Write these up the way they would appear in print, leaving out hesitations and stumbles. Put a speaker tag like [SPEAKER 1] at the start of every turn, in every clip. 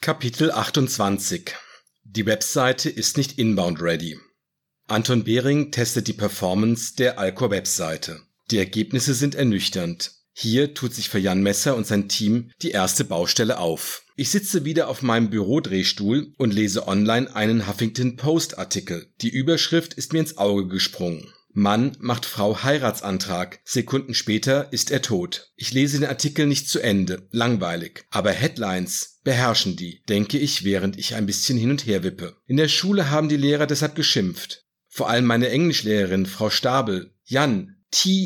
[SPEAKER 1] Kapitel 28. Die Webseite ist nicht inbound ready. Anton Behring testet die Performance der Alcor-Webseite. Die Ergebnisse sind ernüchternd. Hier tut sich für Jan Messer und sein Team die erste Baustelle auf. Ich sitze wieder auf meinem Bürodrehstuhl und lese online einen Huffington-Post-Artikel. Die Überschrift ist mir ins Auge gesprungen. Mann macht Frau Heiratsantrag. Sekunden später ist er tot. Ich lese den Artikel nicht zu Ende. Langweilig. Aber Headlines beherrschen die, denke ich, während ich ein bisschen hin und her wippe. In der Schule haben die Lehrer deshalb geschimpft. Vor allem meine Englischlehrerin, Frau Stabel. Jan,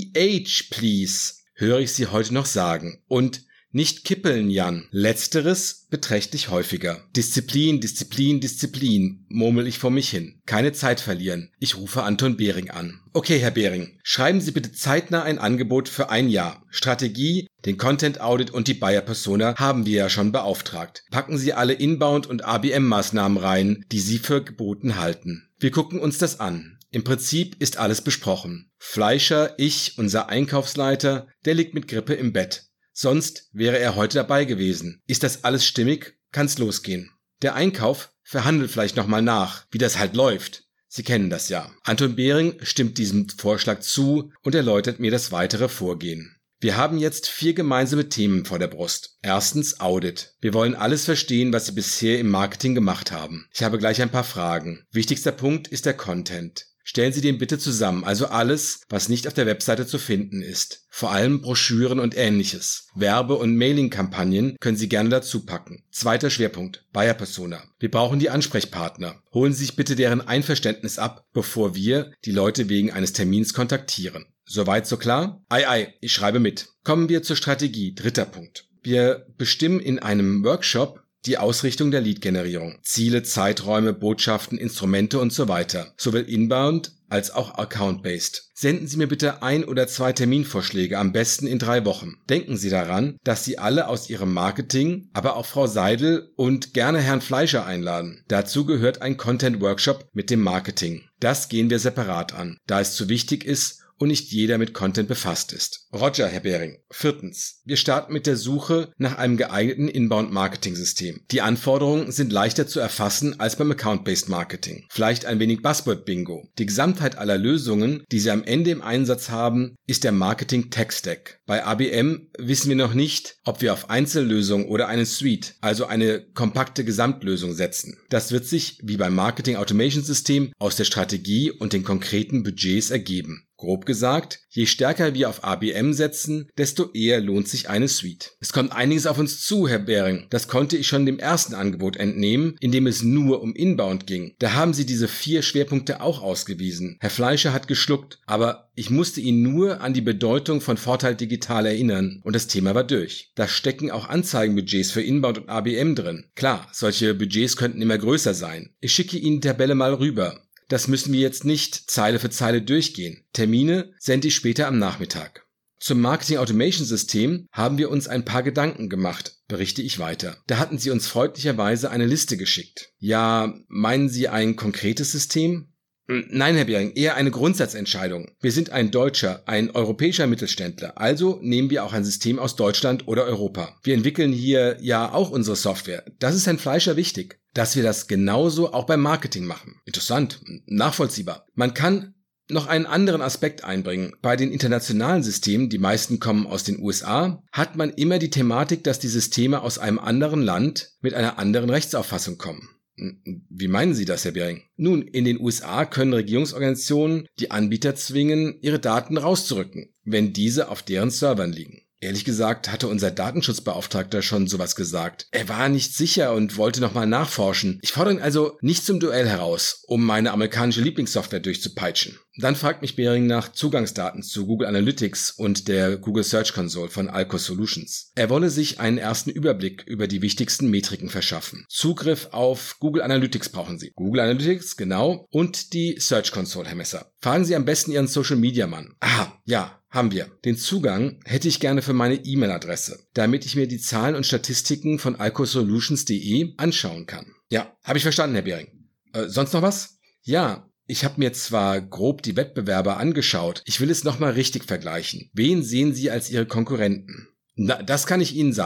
[SPEAKER 1] TH, please, höre ich sie heute noch sagen. Und nicht kippeln, Jan. Letzteres beträchtlich häufiger. Disziplin, Disziplin, Disziplin, murmel ich vor mich hin. Keine Zeit verlieren. Ich rufe Anton Behring an. Okay, Herr Behring, schreiben Sie bitte zeitnah ein Angebot für ein Jahr. Strategie, den Content Audit und die Buyer Persona haben wir ja schon beauftragt. Packen Sie alle Inbound- und ABM-Maßnahmen rein, die Sie für geboten halten. Wir gucken uns das an. Im Prinzip ist alles besprochen. Fleischer, ich, unser Einkaufsleiter, der liegt mit Grippe im Bett. Sonst wäre er heute dabei gewesen. Ist das alles stimmig, kann's losgehen. Der Einkauf verhandelt vielleicht nochmal nach, wie das halt läuft. Sie kennen das ja. Anton Behring stimmt diesem Vorschlag zu und erläutert mir das weitere Vorgehen. Wir haben jetzt 4 gemeinsame Themen vor der Brust. Erstens Audit. Wir wollen alles verstehen, was Sie bisher im Marketing gemacht haben. Ich habe gleich ein paar Fragen. Wichtigster Punkt ist der Content. Stellen Sie den bitte zusammen, also alles, was nicht auf der Webseite zu finden ist. Vor allem Broschüren und Ähnliches. Werbe- und Mailing-Kampagnen können Sie gerne dazu packen. Zweiter Schwerpunkt, Buyer Persona. Wir brauchen die Ansprechpartner. Holen Sie sich bitte deren Einverständnis ab, bevor wir die Leute wegen eines Termins kontaktieren. Soweit so klar? Ei, ich schreibe mit. Kommen wir zur Strategie, dritter Punkt. Wir bestimmen in einem Workshop die Ausrichtung der Lead-Generierung. Ziele, Zeiträume, Botschaften, Instrumente und so weiter. Sowohl inbound als auch account-based. Senden Sie mir bitte 1 oder 2 Terminvorschläge, am besten in 3 Wochen. Denken Sie daran, dass Sie alle aus Ihrem Marketing, aber auch Frau Seidel und gerne Herrn Fleischer einladen. Dazu gehört ein Content-Workshop mit dem Marketing. Das gehen wir separat an, da es zu wichtig ist und nicht jeder mit Content befasst ist. Roger, Herr Behring. Viertens. Wir starten mit der Suche nach einem geeigneten Inbound-Marketing-System. Die Anforderungen sind leichter zu erfassen als beim Account-Based Marketing. Vielleicht ein wenig Buzzword-Bingo. Die Gesamtheit aller Lösungen, die Sie am Ende im Einsatz haben, ist der Marketing-Tech-Stack. Bei ABM wissen wir noch nicht, ob wir auf Einzellösungen oder eine Suite, also eine kompakte Gesamtlösung setzen. Das wird sich, wie beim Marketing-Automation-System, aus der Strategie und den konkreten Budgets ergeben. Grob gesagt, je stärker wir auf ABM setzen, desto eher lohnt sich eine Suite. Es kommt einiges auf uns zu, Herr Behring. Das konnte ich schon dem ersten Angebot entnehmen, in dem es nur um Inbound ging. Da haben Sie diese 4 Schwerpunkte auch ausgewiesen. Herr Fleischer hat geschluckt, aber ich musste ihn nur an die Bedeutung von Vorteil Digital erinnern und das Thema war durch. Da stecken auch Anzeigenbudgets für Inbound und ABM drin. Klar, solche Budgets könnten immer größer sein. Ich schicke Ihnen die Tabelle mal rüber. Das müssen wir jetzt nicht Zeile für Zeile durchgehen. Termine sende ich später am Nachmittag. Zum Marketing Automation System haben wir uns ein paar Gedanken gemacht, berichte ich weiter. Da hatten Sie uns freundlicherweise eine Liste geschickt. Ja, meinen Sie ein konkretes System? Nein, Herr Behring, eher eine Grundsatzentscheidung. Wir sind ein deutscher, ein europäischer Mittelständler, also nehmen wir auch ein System aus Deutschland oder Europa. Wir entwickeln hier ja auch unsere Software. Das ist Herrn Fleischer wichtig, dass wir das genauso auch beim Marketing machen. Interessant, nachvollziehbar. Man kann noch einen anderen Aspekt einbringen. Bei den internationalen Systemen, die meisten kommen aus den USA, hat man immer die Thematik, dass die Systeme aus einem anderen Land mit einer anderen Rechtsauffassung kommen. Wie meinen Sie das, Herr Behring? Nun, in den USA können Regierungsorganisationen die Anbieter zwingen, ihre Daten rauszurücken, wenn diese auf deren Servern liegen. Ehrlich gesagt hatte unser Datenschutzbeauftragter schon sowas gesagt. Er war nicht sicher und wollte nochmal nachforschen. Ich fordere ihn also nicht zum Duell heraus, um meine amerikanische Lieblingssoftware durchzupeitschen. Dann fragt mich Behring nach Zugangsdaten zu Google Analytics und der Google Search Console von Alcor Solutions. Er wolle sich einen ersten Überblick über die wichtigsten Metriken verschaffen. Zugriff auf Google Analytics brauchen Sie. Google Analytics, genau. Und die Search Console, Herr Messer. Fragen Sie am besten Ihren Social Media Mann. Aha, ja. Haben wir. Den Zugang hätte ich gerne für meine E-Mail-Adresse, damit ich mir die Zahlen und Statistiken von alcorsolutions.de anschauen kann. Ja, habe ich verstanden, Herr Behring. Sonst noch was? Ja, ich habe mir zwar grob die Wettbewerber angeschaut, ich will es nochmal richtig vergleichen. Wen sehen Sie als Ihre Konkurrenten? Na, das kann ich Ihnen sagen.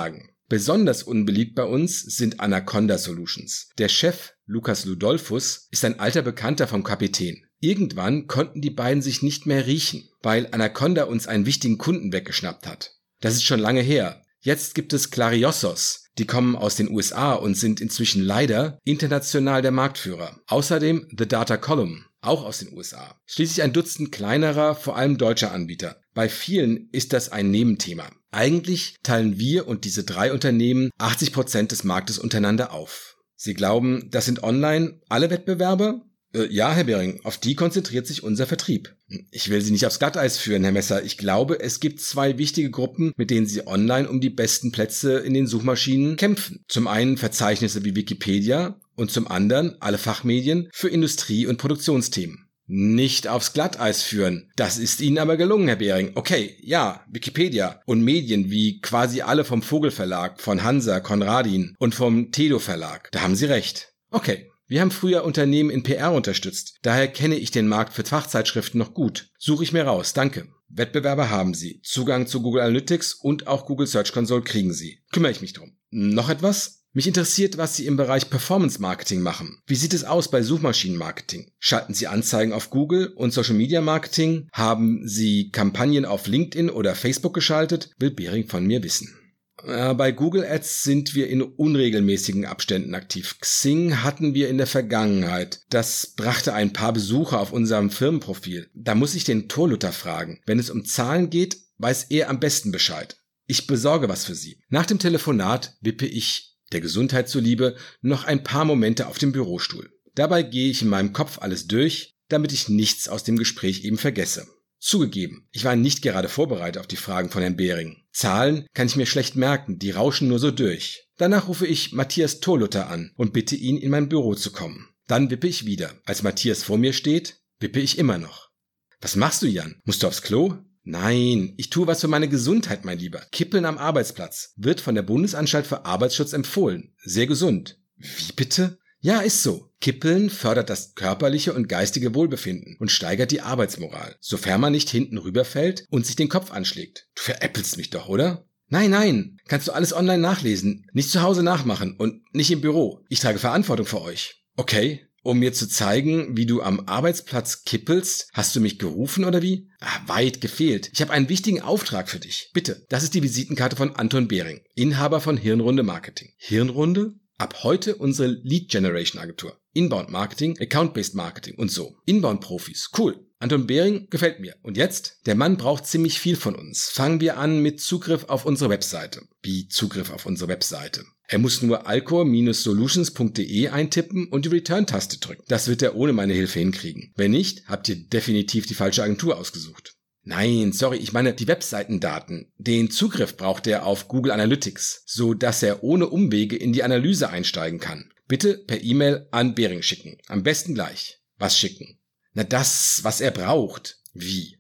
[SPEAKER 1] Besonders unbeliebt bei uns sind Anaconda Solutions. Der Chef, Lukas Ludolphus, ist ein alter Bekannter vom Kapitän. Irgendwann konnten die beiden sich nicht mehr riechen, weil Anaconda uns einen wichtigen Kunden weggeschnappt hat. Das ist schon lange her. Jetzt gibt es Clariossos. Die kommen aus den USA und sind inzwischen leider international der Marktführer. Außerdem The Data Column, auch aus den USA. Schließlich ein Dutzend kleinerer, vor allem deutscher Anbieter. Bei vielen ist das ein Nebenthema. Eigentlich teilen wir und diese 3 Unternehmen 80% des Marktes untereinander auf. Sie glauben, das sind online alle Wettbewerber? Ja, Herr Behring, auf die konzentriert sich unser Vertrieb. Ich will Sie nicht aufs Glatteis führen, Herr Messer. Ich glaube, es gibt 2 wichtige Gruppen, mit denen Sie online um die besten Plätze in den Suchmaschinen kämpfen. Zum einen Verzeichnisse wie Wikipedia und zum anderen alle Fachmedien für Industrie- und Produktionsthemen. Nicht aufs Glatteis führen. Das ist Ihnen aber gelungen, Herr Behring. Okay, ja, Wikipedia und Medien wie quasi alle vom Vogel Verlag, von Hansa, Konradin und vom Tedo Verlag. Da haben Sie recht. Okay. Wir haben früher Unternehmen in PR unterstützt. Daher kenne ich den Markt für Fachzeitschriften noch gut. Suche ich mir raus, danke. Wettbewerber haben Sie. Zugang zu Google Analytics und auch Google Search Console kriegen Sie. Kümmere ich mich drum. Noch etwas? Mich interessiert, was Sie im Bereich Performance Marketing machen. Wie sieht es aus bei Suchmaschinenmarketing? Schalten Sie Anzeigen auf Google und Social Media Marketing? Haben Sie Kampagnen auf LinkedIn oder Facebook geschaltet? Will Behring von mir wissen. Bei Google Ads sind wir in unregelmäßigen Abständen aktiv. Xing hatten wir in der Vergangenheit. Das brachte ein paar Besucher auf unserem Firmenprofil. Da muss ich den Torluther fragen. Wenn es um Zahlen geht, weiß er am besten Bescheid. Ich besorge was für Sie. Nach dem Telefonat wippe ich, der Gesundheit zuliebe, noch ein paar Momente auf dem Bürostuhl. Dabei gehe ich in meinem Kopf alles durch, damit ich nichts aus dem Gespräch eben vergesse. Zugegeben, ich war nicht gerade vorbereitet auf die Fragen von Herrn Behring. Zahlen kann ich mir schlecht merken, die rauschen nur so durch. Danach rufe ich Matthias Torluther an und bitte ihn, in mein Büro zu kommen. Dann wippe ich wieder. Als Matthias vor mir steht, wippe ich immer noch. Was machst du, Jan? Musst du aufs Klo? Nein, ich tue was für meine Gesundheit, mein Lieber. Kippeln am Arbeitsplatz. Wird von der Bundesanstalt für Arbeitsschutz empfohlen. Sehr gesund. Wie bitte? Ja, ist so. Kippeln fördert das körperliche und geistige Wohlbefinden und steigert die Arbeitsmoral, sofern man nicht hinten rüberfällt und sich den Kopf anschlägt. Du veräppelst mich doch, oder? Nein, kannst du alles online nachlesen, nicht zu Hause nachmachen und nicht im Büro. Ich trage Verantwortung für euch. Okay, um mir zu zeigen, wie du am Arbeitsplatz kippelst, hast du mich gerufen oder wie? Weit gefehlt. Ich habe einen wichtigen Auftrag für dich. Bitte, das ist die Visitenkarte von Anton Behring, Inhaber von Hirnrunde Marketing. Hirnrunde? Ab heute unsere Lead-Generation-Agentur. Inbound-Marketing, Account-Based Marketing und so. Inbound-Profis. Cool. Anton Behring gefällt mir. Und jetzt? Der Mann braucht ziemlich viel von uns. Fangen wir an mit Zugriff auf unsere Webseite. Wie Zugriff auf unsere Webseite? Er muss nur alcor-solutions.de eintippen und die Return-Taste drücken. Das wird er ohne meine Hilfe hinkriegen. Wenn nicht, habt ihr definitiv die falsche Agentur ausgesucht. Nein, sorry, ich meine die Webseitendaten. Den Zugriff braucht er auf Google Analytics, so dass er ohne Umwege in die Analyse einsteigen kann. Bitte per E-Mail an Behring schicken. Am besten gleich. Was schicken? Na das, was er braucht. Wie?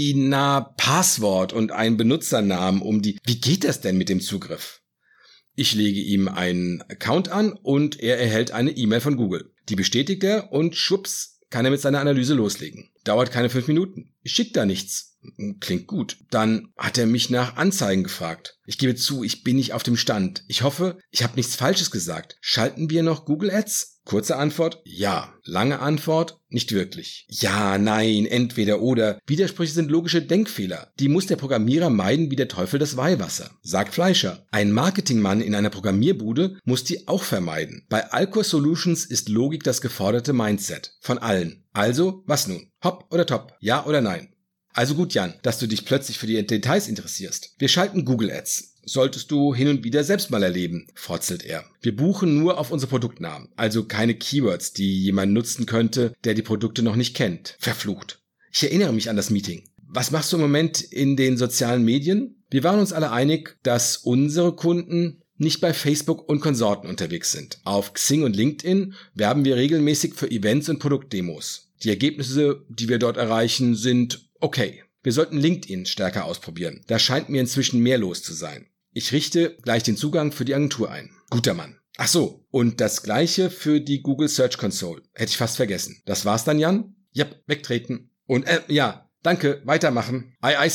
[SPEAKER 1] Passwort und einen Benutzernamen Wie geht das denn mit dem Zugriff? Ich lege ihm einen Account an und er erhält eine E-Mail von Google. Die bestätigt er und schwupps kann er mit seiner Analyse loslegen. Dauert keine 5 Minuten. Ich schicke da nichts. Klingt gut. Dann hat er mich nach Anzeigen gefragt. Ich gebe zu, ich bin nicht auf dem Stand. Ich hoffe, ich habe nichts Falsches gesagt. Schalten wir noch Google Ads? Kurze Antwort, ja. Lange Antwort, nicht wirklich. Ja, nein, entweder oder. Widersprüche sind logische Denkfehler. Die muss der Programmierer meiden wie der Teufel das Weihwasser. Sagt Fleischer. Ein Marketingmann in einer Programmierbude muss die auch vermeiden. Bei Alcor Solutions ist Logik das geforderte Mindset. Von allen. Also, was nun? Hopp oder top? Ja oder nein? Also gut, Jan, dass du dich plötzlich für die Details interessierst. Wir schalten Google Ads. Solltest du hin und wieder selbst mal erleben, frotzelt er. Wir buchen nur auf unsere Produktnamen, also keine Keywords, die jemand nutzen könnte, der die Produkte noch nicht kennt. Verflucht. Ich erinnere mich an das Meeting. Was machst du im Moment in den sozialen Medien? Wir waren uns alle einig, dass unsere Kunden nicht bei Facebook und Konsorten unterwegs sind. Auf Xing und LinkedIn werben wir regelmäßig für Events und Produktdemos. Die Ergebnisse, die wir dort erreichen, sind okay. Wir sollten LinkedIn stärker ausprobieren. Da scheint mir inzwischen mehr los zu sein. Ich richte gleich den Zugang für die Agentur ein. Guter Mann. Ach so, und das gleiche für die Google Search Console. Hätte ich fast vergessen. Das war's dann, Jan? Ja, wegtreten. Und ja, danke, weitermachen. Aye, Sir.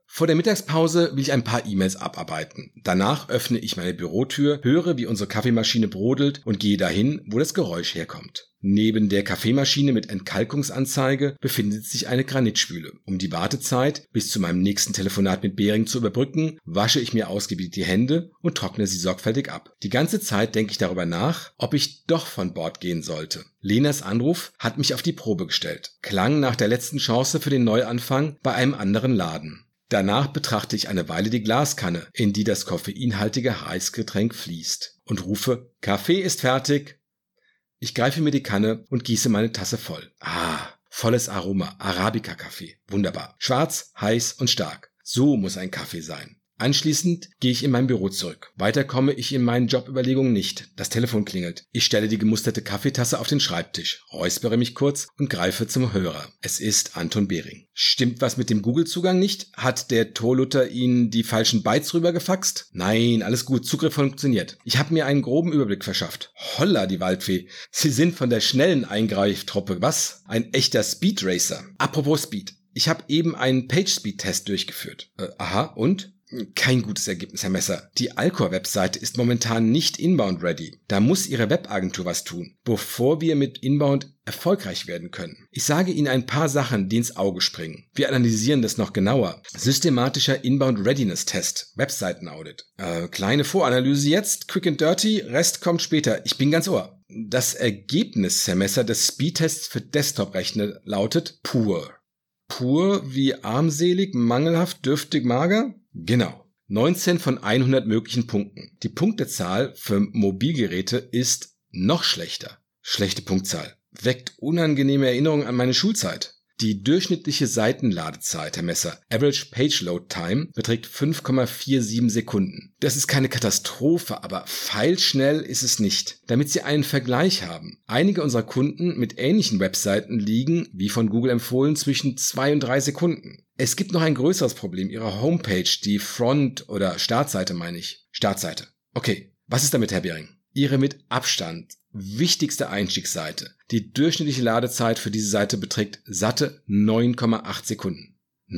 [SPEAKER 1] Vor der Mittagspause will ich ein paar E-Mails abarbeiten. Danach öffne ich meine Bürotür, höre, wie unsere Kaffeemaschine brodelt und gehe dahin, wo das Geräusch herkommt. Neben der Kaffeemaschine mit Entkalkungsanzeige befindet sich eine Granitspüle. Um die Wartezeit bis zu meinem nächsten Telefonat mit Behring zu überbrücken, wasche ich mir ausgiebig die Hände und trockne sie sorgfältig ab. Die ganze Zeit denke ich darüber nach, ob ich doch von Bord gehen sollte. Lenas Anruf hat mich auf die Probe gestellt. Klang nach der letzten Chance für den Neuanfang bei einem anderen Laden. Danach betrachte ich eine Weile die Glaskanne, in die das koffeinhaltige Heißgetränk fließt, und rufe: Kaffee ist fertig. Ich greife mir die Kanne und gieße meine Tasse voll. Volles Aroma, Arabica-Kaffee. Wunderbar. Schwarz, heiß und stark. So muss ein Kaffee sein. Anschließend gehe ich in mein Büro zurück. Weiter komme ich in meinen Jobüberlegungen nicht. Das Telefon klingelt. Ich stelle die gemusterte Kaffeetasse auf den Schreibtisch, räuspere mich kurz und greife zum Hörer. Es ist Anton Behring. Stimmt was mit dem Google-Zugang nicht? Hat der Torlutter Ihnen die falschen Bytes rübergefaxt? Nein, alles gut, Zugriff funktioniert. Ich habe mir einen groben Überblick verschafft. Holla, die Waldfee. Sie sind von der schnellen Eingreiftruppe. Was? Ein echter Speedracer. Apropos Speed. Ich habe eben einen Page-Speed-Test durchgeführt. Und? Kein gutes Ergebnis, Herr Messer. Die Alcor-Webseite ist momentan nicht inbound-ready. Da muss Ihre Webagentur was tun, bevor wir mit Inbound erfolgreich werden können. Ich sage Ihnen ein paar Sachen, die ins Auge springen. Wir analysieren das noch genauer. Systematischer Inbound-Readiness-Test, Webseiten-Audit. Kleine Voranalyse jetzt, quick and dirty, Rest kommt später. Ich bin ganz Ohr. Das Ergebnis, Herr Messer, des Speedtests für Desktop-Rechner lautet Poor. Pur wie armselig, mangelhaft, dürftig, mager? Genau. 19 von 100 möglichen Punkten. Die Punktezahl für Mobilgeräte ist noch schlechter. Schlechte Punktzahl. Weckt unangenehme Erinnerungen an meine Schulzeit. Die durchschnittliche Seitenladezeit, Herr Messer, Average Page Load Time, beträgt 5,47 Sekunden. Das ist keine Katastrophe, aber pfeilschnell ist es nicht. Damit Sie einen Vergleich haben. Einige unserer Kunden mit ähnlichen Webseiten liegen, wie von Google empfohlen, zwischen 2 und 3 Sekunden. Es gibt noch ein größeres Problem. Ihre Homepage, die Front- oder Startseite meine ich. Startseite. Okay, was ist damit, Herr Behring? Ihre mit Abstand wichtigste Einstiegsseite. Die durchschnittliche Ladezeit für diese Seite beträgt satte 9,8 Sekunden.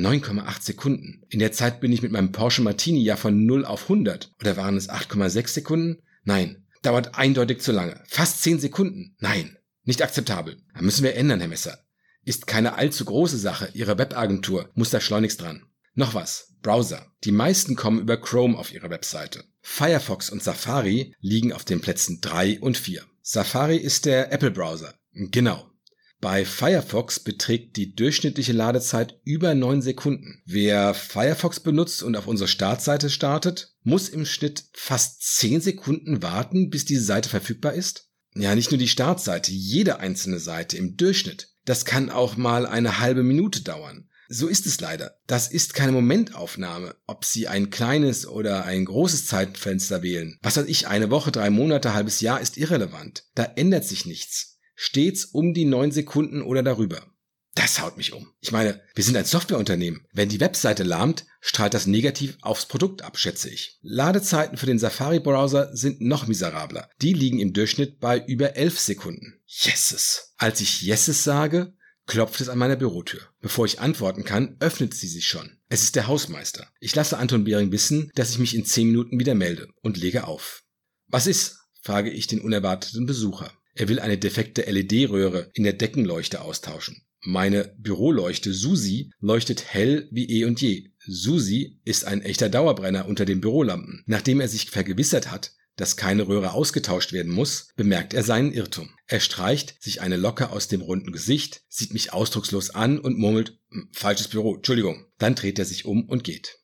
[SPEAKER 1] 9,8 Sekunden. In der Zeit bin ich mit meinem Porsche Martini ja von 0 auf 100. Oder waren es 8,6 Sekunden? Nein. Dauert eindeutig zu lange. Fast 10 Sekunden. Nein. Nicht akzeptabel. Da müssen wir ändern, Herr Messer. Ist keine allzu große Sache. Ihre Webagentur muss da schleunigst dran. Noch was. Browser. Die meisten kommen über Chrome auf ihre Webseite. Firefox und Safari liegen auf den Plätzen 3 und 4. Safari ist der Apple-Browser. Genau. Bei Firefox beträgt die durchschnittliche Ladezeit über 9 Sekunden. Wer Firefox benutzt und auf unsere Startseite startet, muss im Schnitt fast 10 Sekunden warten, bis diese Seite verfügbar ist. Ja, nicht nur die Startseite, jede einzelne Seite im Durchschnitt. Das kann auch mal eine halbe Minute dauern. So ist es leider. Das ist keine Momentaufnahme, ob Sie ein kleines oder ein großes Zeitfenster wählen. Was weiß ich, eine Woche, 3 Monate, halbes Jahr ist irrelevant. Da ändert sich nichts. Stets um die 9 Sekunden oder darüber. Das haut mich um. Ich meine, wir sind ein Softwareunternehmen. Wenn die Webseite lahmt, strahlt das negativ aufs Produkt ab, schätze ich. Ladezeiten für den Safari-Browser sind noch miserabler. Die liegen im Durchschnitt bei über 11 Sekunden. Yeses. Als ich Yeses sage, klopft es an meiner Bürotür. Bevor ich antworten kann, öffnet sie sich schon. Es ist der Hausmeister. Ich lasse Anton Behring wissen, dass ich mich in 10 Minuten wieder melde und lege auf. Was ist? Frage ich den unerwarteten Besucher. Er will eine defekte LED-Röhre in der Deckenleuchte austauschen. Meine Büroleuchte Susi leuchtet hell wie eh und je. Susi ist ein echter Dauerbrenner unter den Bürolampen. Nachdem er sich vergewissert hat, dass keine Röhre ausgetauscht werden muss, bemerkt er seinen Irrtum. Er streicht sich eine Locke aus dem runden Gesicht, sieht mich ausdruckslos an und murmelt, falsches Büro, Entschuldigung. Dann dreht er sich um und geht.